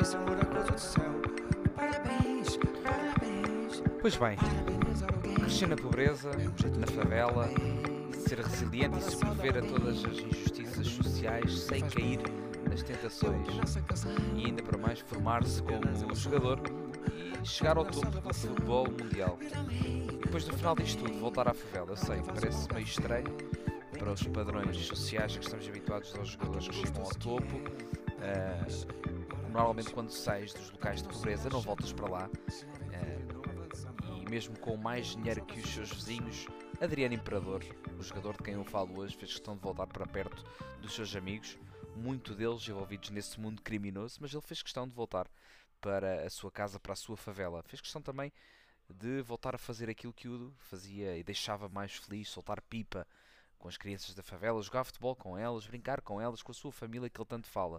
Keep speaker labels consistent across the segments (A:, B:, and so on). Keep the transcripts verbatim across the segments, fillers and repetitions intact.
A: Isso muda a cor do céu. Parabéns, parabéns.
B: Pois bem,
A: Parabéns a alguém.
B: crescer na pobreza,
A: É um jeito
B: na
A: de
B: favela,
A: parabéns.
B: ser resiliente e sobreviver a todas as injustiças sociais sem cair nas tentações e ainda para mais formar-se como jogador e chegar ao topo do futebol mundial. E depois no final disto tudo voltar à favela, eu sei, parece meio estranho para os padrões sociais a que estamos habituados aos jogadores que chegam ao topo. Uh, normalmente quando sais dos locais de pobreza não voltas para lá. Uh, e mesmo com mais dinheiro que os seus vizinhos, Adriano Imperador, o jogador de quem eu falo hoje, fez questão de voltar para perto dos seus amigos, muito deles envolvidos nesse mundo criminoso, mas ele fez questão de voltar para a sua casa, para a sua favela. Fez questão também de voltar a fazer aquilo que o fazia e deixava mais feliz, soltar pipa com as crianças da favela, jogar futebol com elas, brincar com elas, com a sua família que ele tanto fala.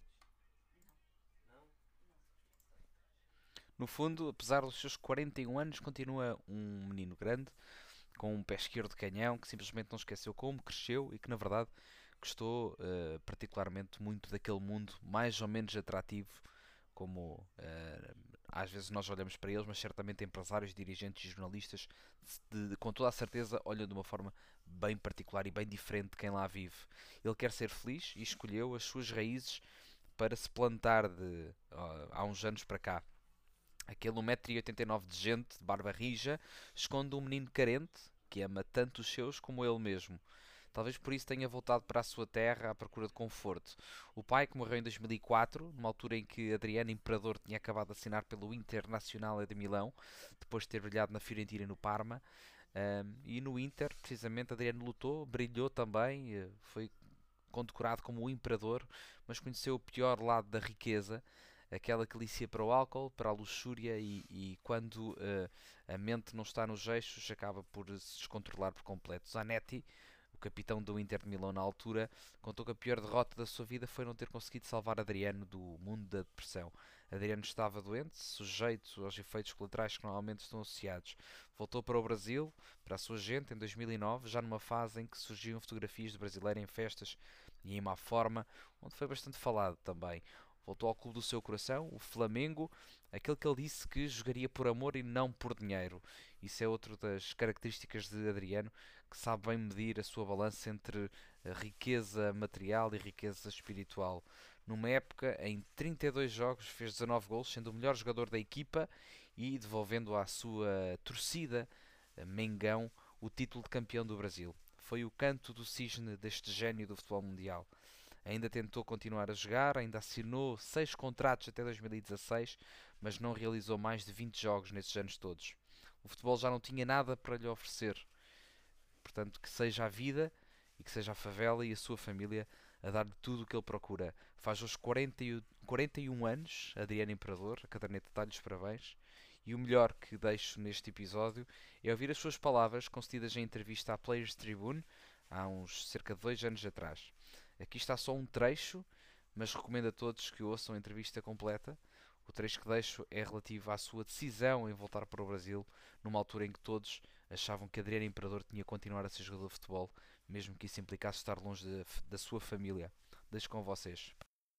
B: No fundo, apesar dos seus quarenta e um anos, continua um menino grande, com um pé esquerdo canhão, que simplesmente não esqueceu como cresceu e que, na verdade, gostou uh, particularmente muito daquele mundo mais ou menos atrativo, como uh, às vezes nós olhamos para eles, mas certamente empresários, dirigentes e jornalistas, de, de, com toda a certeza, olham de uma forma bem particular e bem diferente de quem lá vive. Ele quer ser feliz e escolheu as suas raízes para se plantar de, uh, há uns anos para cá. Aquele um metro e oitenta e nove de gente, de barba rija, esconde um menino carente que ama tanto os seus como ele mesmo. Talvez por isso tenha voltado para a sua terra à procura de conforto. O pai, que morreu em dois mil e quatro, numa altura em que Adriano Imperador tinha acabado de assinar pelo Internazionale de Milão, depois de ter brilhado na Fiorentina e no Parma. Um, e no Inter, precisamente, Adriano lutou, brilhou também, foi condecorado como o Imperador, mas conheceu o pior lado da riqueza, aquela que licia para o álcool, para a luxúria e, e quando uh, a mente não está nos eixos acaba por se descontrolar por completo. Zanetti, o capitão do Inter de Milão na altura, contou que a pior derrota da sua vida foi não ter conseguido salvar Adriano do mundo da depressão. Adriano estava doente, sujeito aos efeitos colaterais que normalmente estão associados. Voltou para o Brasil, para a sua gente, em dois mil e nove, já numa fase em que surgiam fotografias de brasileiro em festas e em má forma, onde foi bastante falado também. Voltou ao clube do seu coração, o Flamengo, aquele que ele disse que jogaria por amor e não por dinheiro. Isso é outra das características de Adriano, que sabe bem medir a sua balança entre a riqueza material e riqueza espiritual. Numa época, em trinta e dois jogos, fez dezanove gols, sendo o melhor jogador da equipa e devolvendo à sua torcida, Mengão, o título de campeão do Brasil. Foi o canto do cisne deste gênio do futebol mundial. Ainda tentou continuar a jogar, ainda assinou seis contratos até dois mil e dezasseis, mas não realizou mais de vinte jogos nesses anos todos. O futebol já não tinha nada para lhe oferecer. Portanto, que seja a vida e que seja a favela e a sua família a dar-lhe tudo o que ele procura. Faz hoje quarenta e um anos, Adriano Imperador, a caderneta dá-lhe os parabéns. E o melhor que deixo neste episódio é ouvir as suas palavras concedidas em entrevista à Players Tribune há uns cerca de dois anos atrás. Aqui está só um trecho, mas recomendo a todos que ouçam a entrevista completa. O trecho que deixo é relativo à sua decisão em voltar para o Brasil, numa altura em que todos achavam que Adriano Imperador tinha que continuar a ser jogador de futebol, mesmo que isso implicasse estar longe de, da sua família. Deixo com vocês.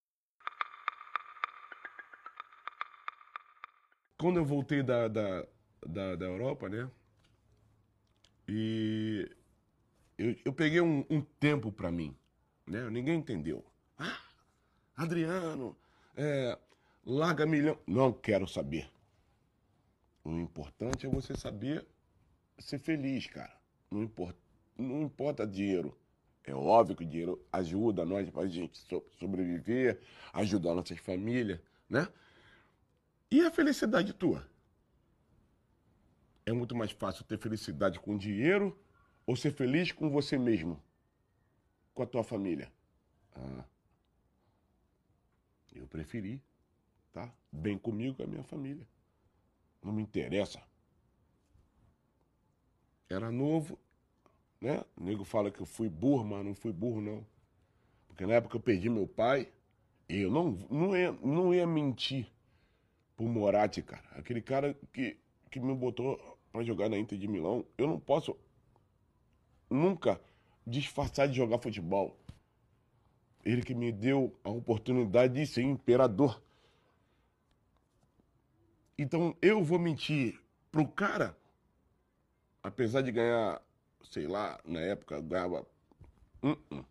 C: Quando eu voltei da, da, da, da Europa, né? E eu, eu peguei um, um tempo pra mim, né? Ninguém entendeu. Ah, Adriano, é, larga milhão. Não quero saber. O importante é você saber ser feliz, cara. Não importa, não importa dinheiro. É óbvio que o dinheiro ajuda nós pra gente so- sobreviver, ajuda a nossas famílias, né? E a felicidade tua? É muito mais fácil ter felicidade com dinheiro ou ser feliz com você mesmo, com a tua família? Ah, eu preferi, tá? Bem comigo com a minha família. Não me interessa. Era novo, né? O nego fala que eu fui burro, mas não fui burro, não. Porque na época eu perdi meu pai, e eu não, não, ia, não ia mentir pro Moratti, cara. Aquele cara que, que me botou pra jogar na Inter de Milão. Eu não posso nunca disfarçar de jogar futebol. Ele que me deu a oportunidade de ser imperador. Então eu vou mentir pro cara, apesar de ganhar, sei lá, na época ganhava. Uh-uh.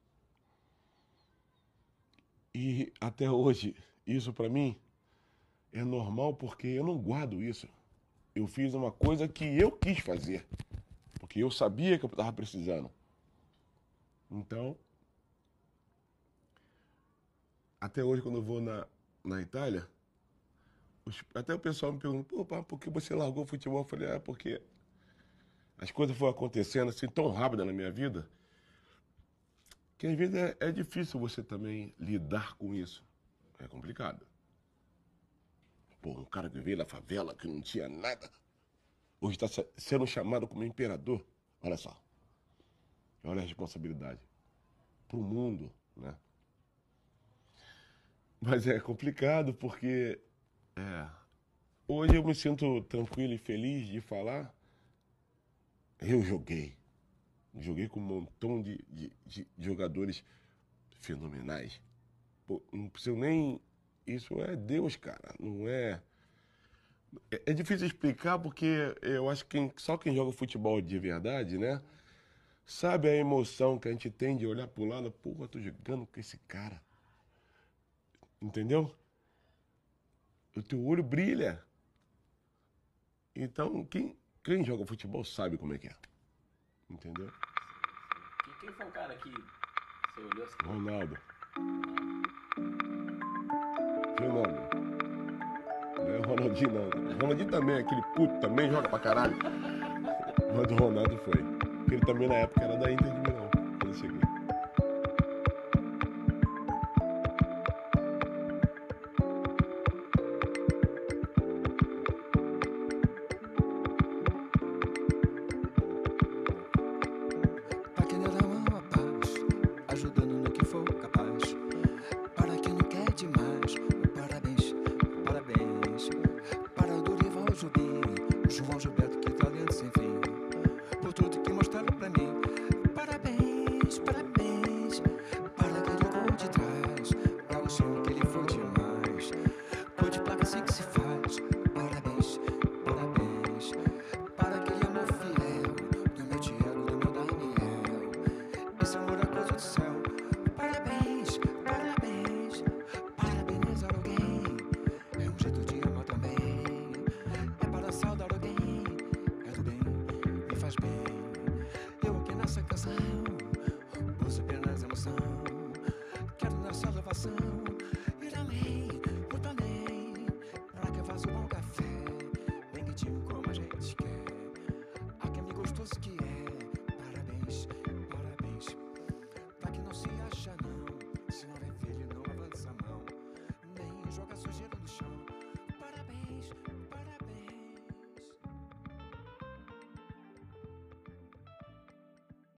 C: E até hoje, isso pra mim é normal porque eu não guardo isso. Eu fiz uma coisa que eu quis fazer, porque eu sabia que eu estava precisando. Então, até hoje quando eu vou na, na Itália, os- até o pessoal me pergunta, pô, pá, por que você largou o futebol? Eu falei, ah, porque as coisas foram acontecendo assim tão rápido na minha vida, que às vezes é, é difícil você também lidar com isso. É complicado. Pô, um cara que veio da favela, que não tinha nada, hoje está sendo chamado como imperador. Olha só. Olha a responsabilidade. Pro mundo, né? Mas é complicado porque é, hoje eu me sinto tranquilo e feliz de falar. Eu joguei. Joguei com um montão de, de, de jogadores fenomenais. Pô, não preciso nem. Isso é Deus, cara. Não é. É, é difícil explicar porque eu acho que quem- só quem joga futebol de verdade, né? Sabe a emoção que a gente tem de olhar pro lado, porra, eu tô jogando com esse cara. Entendeu? O teu olho brilha. Então, quem, quem joga futebol sabe como é que é. Entendeu?
D: Quem, quem foi o cara que você olhou assim?
C: Ronaldo. Fenômeno. Não é o Ronaldinho, não. O Ronaldinho também, aquele puto também joga pra caralho. Mas o Ronaldo foi. Porque ele também na época era da Inter de Milão, quando eu cheguei.
A: Pra quem der a mão a paz, ajudando no que for capaz. Para quem não quer demais, parabéns, parabéns. Para o Dorival Jubim, João Gilberto, que talento sem fim. Por tudo que mostraram pra mim. Parabéns, parabéns. Para aquele gol de trás, para o som que ele foi demais. Gol de placa assim que se faz. Parabéns, parabéns. Para aquele amor fiel, do meu Diego, do meu Daniel. Esse amor é coisa do céu. Parabéns, parabéns. Parabenizar alguém é um jeito de amar também. É para saudar alguém, é do bem, me faz bem. Eu aqui nessa canção uso apenas emoção. Quero nessa salvação ir além, muito além. Pra que eu faça um bom café, bem quentinho como a gente quer. Aquele gostoso que é.